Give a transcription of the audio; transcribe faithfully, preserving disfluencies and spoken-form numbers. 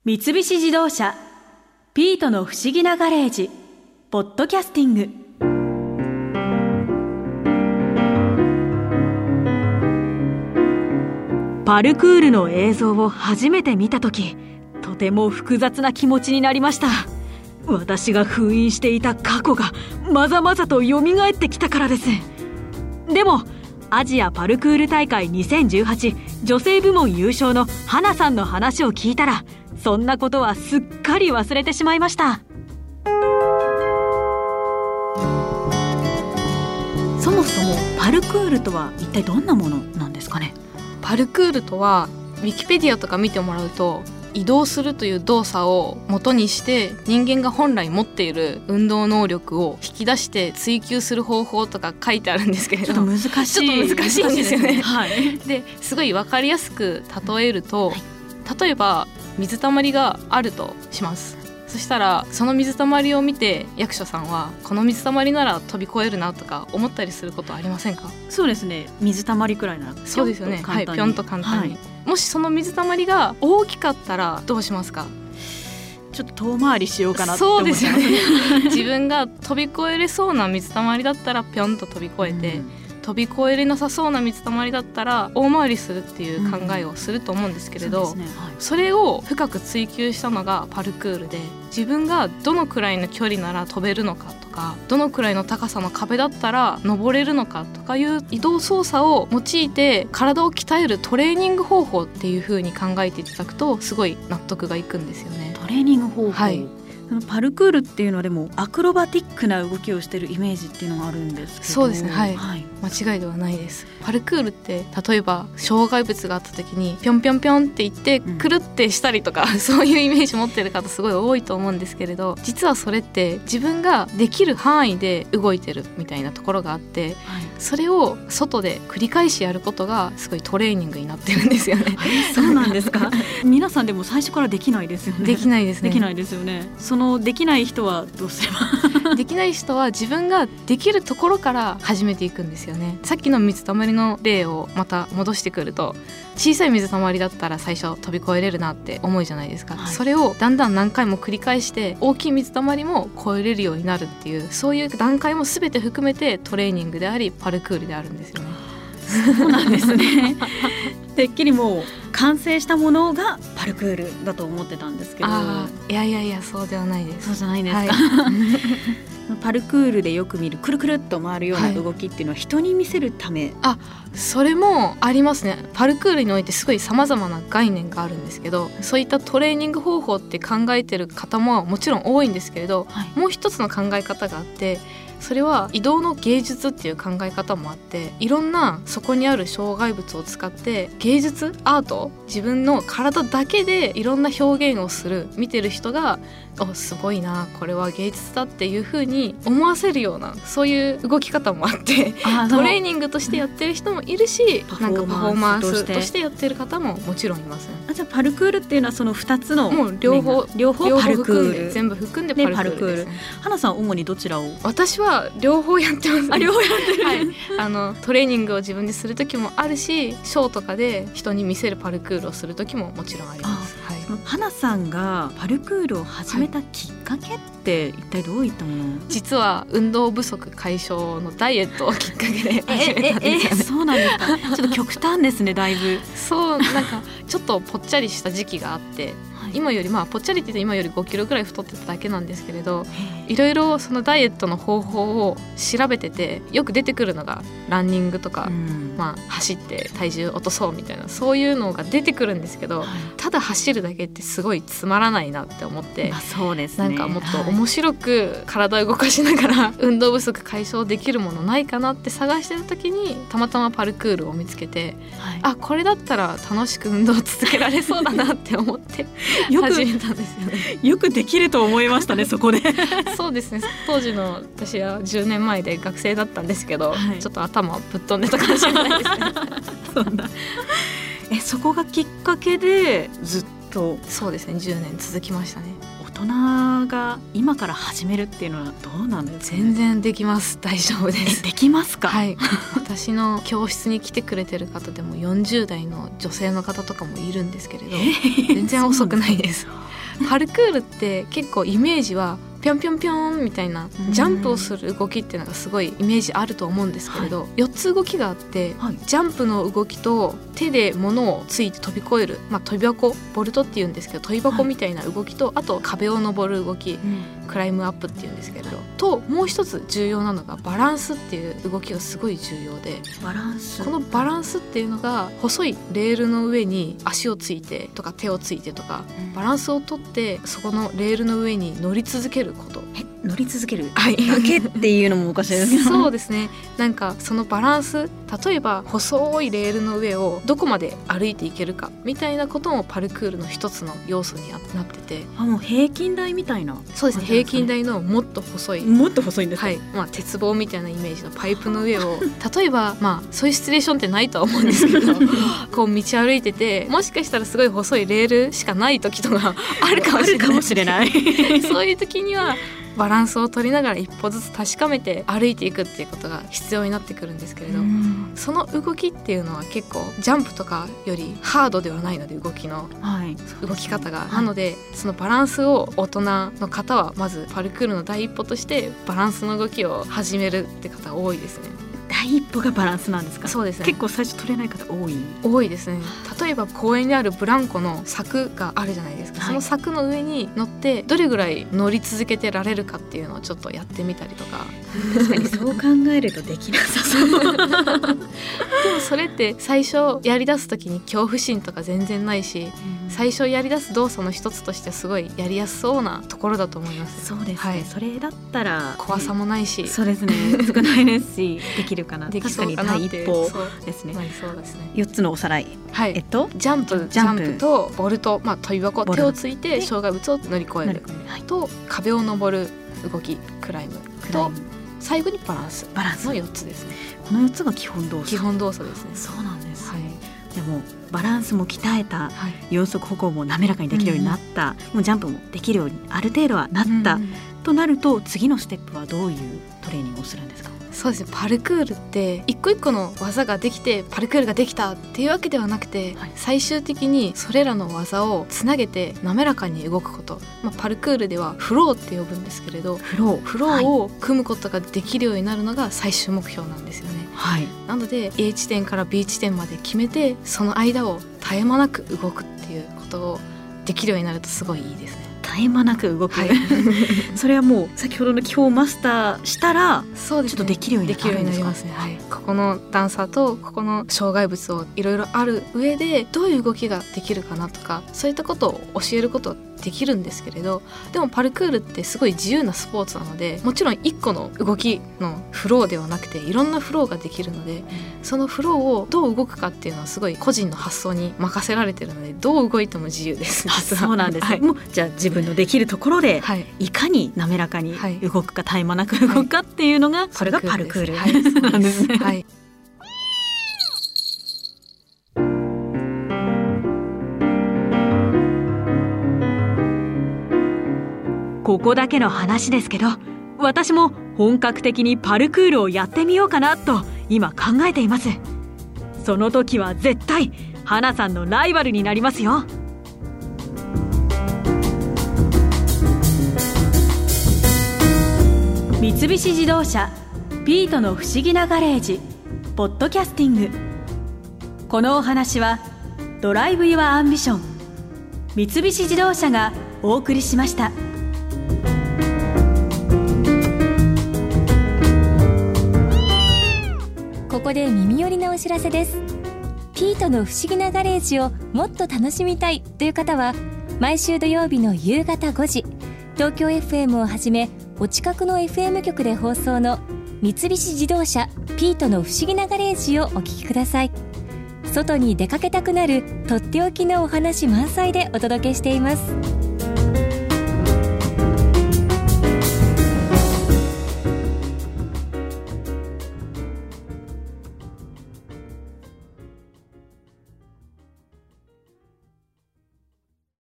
三菱自動車ピートの不思議なガレージポッドキャスティング。パルクールの映像を初めて見たとき、とても複雑な気持ちになりました。私が封印していた過去がまざまざと蘇ってきたからです。でもアジアパルクール大会にせんじゅうはち女性部門優勝の花さんの話を聞いたら、そんなことはすっかり忘れてしまいました。そもそもパルクールとは一体どんなものなんですかね。 パルクールとはウィキペディアとか見てもらうと、移動するという動作を元にして人間が本来持っている運動能力を引き出して追求する方法とか書いてあるんですけれど、 ちょっと難しいちょっと難しいんですよね。 はい、 ですごい分かりやすく例えると、はい、例えば水たまりがあるとします。そしたらその水たまりを見て役所さんはこの水たまりなら飛び越えるなとか思ったりすることはありませんか？ そうですね、水たまりくらいならそうですよね。はい、ぴょんと簡単に、はい、もしその水たまりが大きかったらどうしますか？ ちょっと遠回りしようかなって思っちゃう。 そうですよね。自分が飛び越えれそうな水たまりだったらぴょんと飛び越えて、うん、飛び越えれなさそうな水たまりだったら大回りするっていう考えをすると思うんですけれど、うん そ, ねはい、それを深く追求したのがパルクールで、自分がどのくらいの距離なら飛べるのかとか、どのくらいの高さの壁だったら登れるのかとかいう移動操作を用いて体を鍛えるトレーニング方法っていう風に考えていただくとすごい納得がいくんですよね。 トレーニング方法、 はい、 パルクールっていうのはでもアクロバティックな動きをしてるイメージっていうのがあるんですけど。 そうですね、はい、 はい、 間違いではないです。パルクールって例えば障害物があった時にぴょんぴょんぴょんって言ってくるってしたりとか、うん、そういうイメージ持ってる方すごい多いと思うんですけれど、実はそれって自分ができる範囲で動いてるみたいなところがあって、はい、それを外で繰り返しやることがすごいトレーニングになってるんですよね。 そうなんですか？皆さんでも最初からできないですよね。 できないですね。 できないですよね。そのできない人はどうすればできない人は自分ができるところから始めていくんですよね。さっきの水たまりの例をまた戻してくると、小さい水たまりだったら最初飛び越えれるなって思うじゃないですか、はい、それをだんだん何回も繰り返して大きい水たまりも越えれるようになるっていう、そういう段階も全て含めてトレーニングでありパルクールであるんですよね。 そうなんですね。てっきりもう完成したものがパルクールだと思ってたんですけど。 あ、いやいやいや、そうではないです。 そうじゃないですか、はい、パルクールでよく見るくるくるっと回るような動きっていうのは人に見せるため、はい、 あ、それもありますね。パルクールにおいてすごい様々な概念があるんですけど、そういったトレーニング方法って考えてる方ももちろん多いんですけれど、はい、もう一つの考え方があって、それは移動の芸術っていう考え方もあって、いろんなそこにある障害物を使って芸術アート、自分の体だけでいろんな表現をする、見てる人がおすごいな、これは芸術だっていう風に思わせるような、そういう動き方もあってトレーニングとしてやってる人もいるし、なんかパフォーマンスとしてやってる方ももちろんいますね。 あ、じゃあパルクールっていうのはそのふたつのもう両方両方パルクール、 全部含んでパルクールですね。 花さん主にどちらを？ 私は両方やってます、ね、 あ、両方やってる、 はい、あのトレーニングを自分でする時もあるし、ショーとかで人に見せるパルクールをする時ももちろんあります。はい、 花さんがパルクールを始めたきっかけって一体どういったもの？ 実は運動不足解消のダイエットをきっかけで始めたんですよね。 えええそうなんですか？ちょっと極端ですね、だいぶ。 そう、なんかちょっとぽっちゃりした時期があって、はい、今よりまあぽっちゃりって言って今よりごキロぐらい太ってただけなんですけれど、いろいろそのダイエットの方法を調べてて、よく出てくるのがランニングとか、うん、まあ、走って体重落とそうみたいな、そういうのが出てくるんですけど、はい、ただ走るだけってすごいつまらないなって思って、 まあ、そうですね、 なんかもっと面白く体を動かしながら運動不足解消できるものないかなって探してる時にたまたまパルクールを見つけて、はい、あ、これだったら楽しく運動を続けられそうだなって思って始めたんですよね。 よくできると思いましたね、そこで。 そうですね、当時の私はじゅうねんまえで学生だったんですけど、はい、ちょっと頭ぶっ飛んでたかもしれないですね。 そんなえそこがきっかけでずっと。 そうですね、じゅうねん続きましたね。 大人が今から始めるっていうのはどうなんですかね？ 全然できます、大丈夫です。 えできますか？ はい、私の教室に来てくれてる方でもよんじゅう代の女性の方とかもいるんですけれど、全然遅くないです。 パルクールって結構イメージはぴょんぴょんぴょんみたいなジャンプをする動きっていうのがすごいイメージあると思うんですけれど、はい、よっつ動きがあって、はい、ジャンプの動きと手で物をついて飛び越える、まあ、飛び箱ボルトっていうんですけど飛び箱みたいな動きと、はい、あと壁を登る動き、うん、クライムアップっていうんですけれど、ともう一つ重要なのがバランスっていう動きがすごい重要で、 バランス、 このバランスっていうのが細いレールの上に足をついてとか手をついてとか、うん、バランスをとってそこのレールの上に乗り続けること。 え乗り続けるだけっていうのもおかしいですねそうですね。なんかそのバランス、例えば細いレールの上をどこまで歩いていけるかみたいなこともパルクールの一つの要素になってて、 あ、もう平均台みたいな。 そうですね、平均台のもっと細い、 もっと細いんですか、 はい、まあ、鉄棒みたいなイメージのパイプの上を例えば、まあ、そういうシチュエーションってないとは思うんですけどこう道歩いてて、もしかしたらすごい細いレールしかない時とかあるかもしれないあるかもしれないそういう時にはバランスを取りながら一歩ずつ確かめて歩いていくっていうことが必要になってくるんですけれど、その動きっていうのは結構ジャンプとかよりハードではないので、動きの、はい、動き方が、はい、なのでそのバランスを大人の方はまずパルクールの第一歩としてバランスの動きを始めるって方多いですね。 第一歩がバランスなんですか？ そうですね。 結構最初取れない方多い多いですね。例えば公園にあるブランコの柵があるじゃないですか、はい、その柵の上に乗ってどれぐらい乗り続けてられるかっていうのをちょっとやってみたりとか。 確かにそう考えるとできなさそうでもそれって最初やりだす時に恐怖心とか全然ないし、うん、最初やりだす動作の一つとしてすごいやりやすそうなところだと思います。 そうですね、はい、それだったら怖さもないし、 そうですね、少ないですしできるかなできそうかなって確かに第一歩ですね。 そうですね。 よっつのおさらい、 はい、 えっと、 ジャンプジャンプとボルト、まあ、飛び箱、手をついて障害物を乗り越えると壁を登る動きクライムと最後にバランスバランスのよっつですね。 このよっつが基本動作。 基本動作ですね。 そうなんです、 はい、 でもバランスも鍛えた、はい、四足歩行も滑らかにできるようになった、うん、もうジャンプもできるようにある程度はなった、うん、となると次のステップはどういうトレーニングをするんですか？ そうですね、パルクールって一個一個の技ができてパルクールができたっていうわけではなくて、はい、最終的にそれらの技をつなげて滑らかに動くこと、まあ、パルクールではフローって呼ぶんですけれど、 フロー、 フローを組むことができるようになるのが最終目標なんですよね、はい、なので A 地点から B 地点まで決めてその間を絶え間なく動くっていうことをできるようになるとすごいいいですね。 絶え間なく動く、はい、それはもう先ほどの基本をマスターしたらそうです、ね、ちょっとできるようになるんですか？できるようになりますね、はい、ここの段差とここの障害物をいろいろある上でどういう動きができるかなとか、そういったことを教えることできるんですけれど、でもパルクールってすごい自由なスポーツなので、もちろんいっこの動きのフローではなくていろんなフローができるので、うん、そのフローをどう動くかっていうのはすごい個人の発想に任せられてるので、どう動いても自由です。 あ、そうなんです、はい、もうじゃあ自分のできるところで、はい、いかに滑らかに動くか、絶え間なく動くかっていうのが、はい、それがパルクール、はい、なんですね、はい。 ここだけの話ですけど、私も本格的にパルクールをやってみようかなと今考えています。その時は絶対花さんのライバルになりますよ。三菱自動車ピートの不思議なガレージポッドキャスティング。このお話はドライブ・ユア・アンビション三菱自動車がお送りしました。 ここで耳寄りなお知らせです。ピートの不思議なガレージをもっと楽しみたいという方は、毎週土曜日の夕方ごじ、東京 エフエム をはじめお近くの エフエム 局で放送の三菱自動車ピートの不思議なガレージをお聞きください。外に出かけたくなるとっておきのお話満載でお届けしています。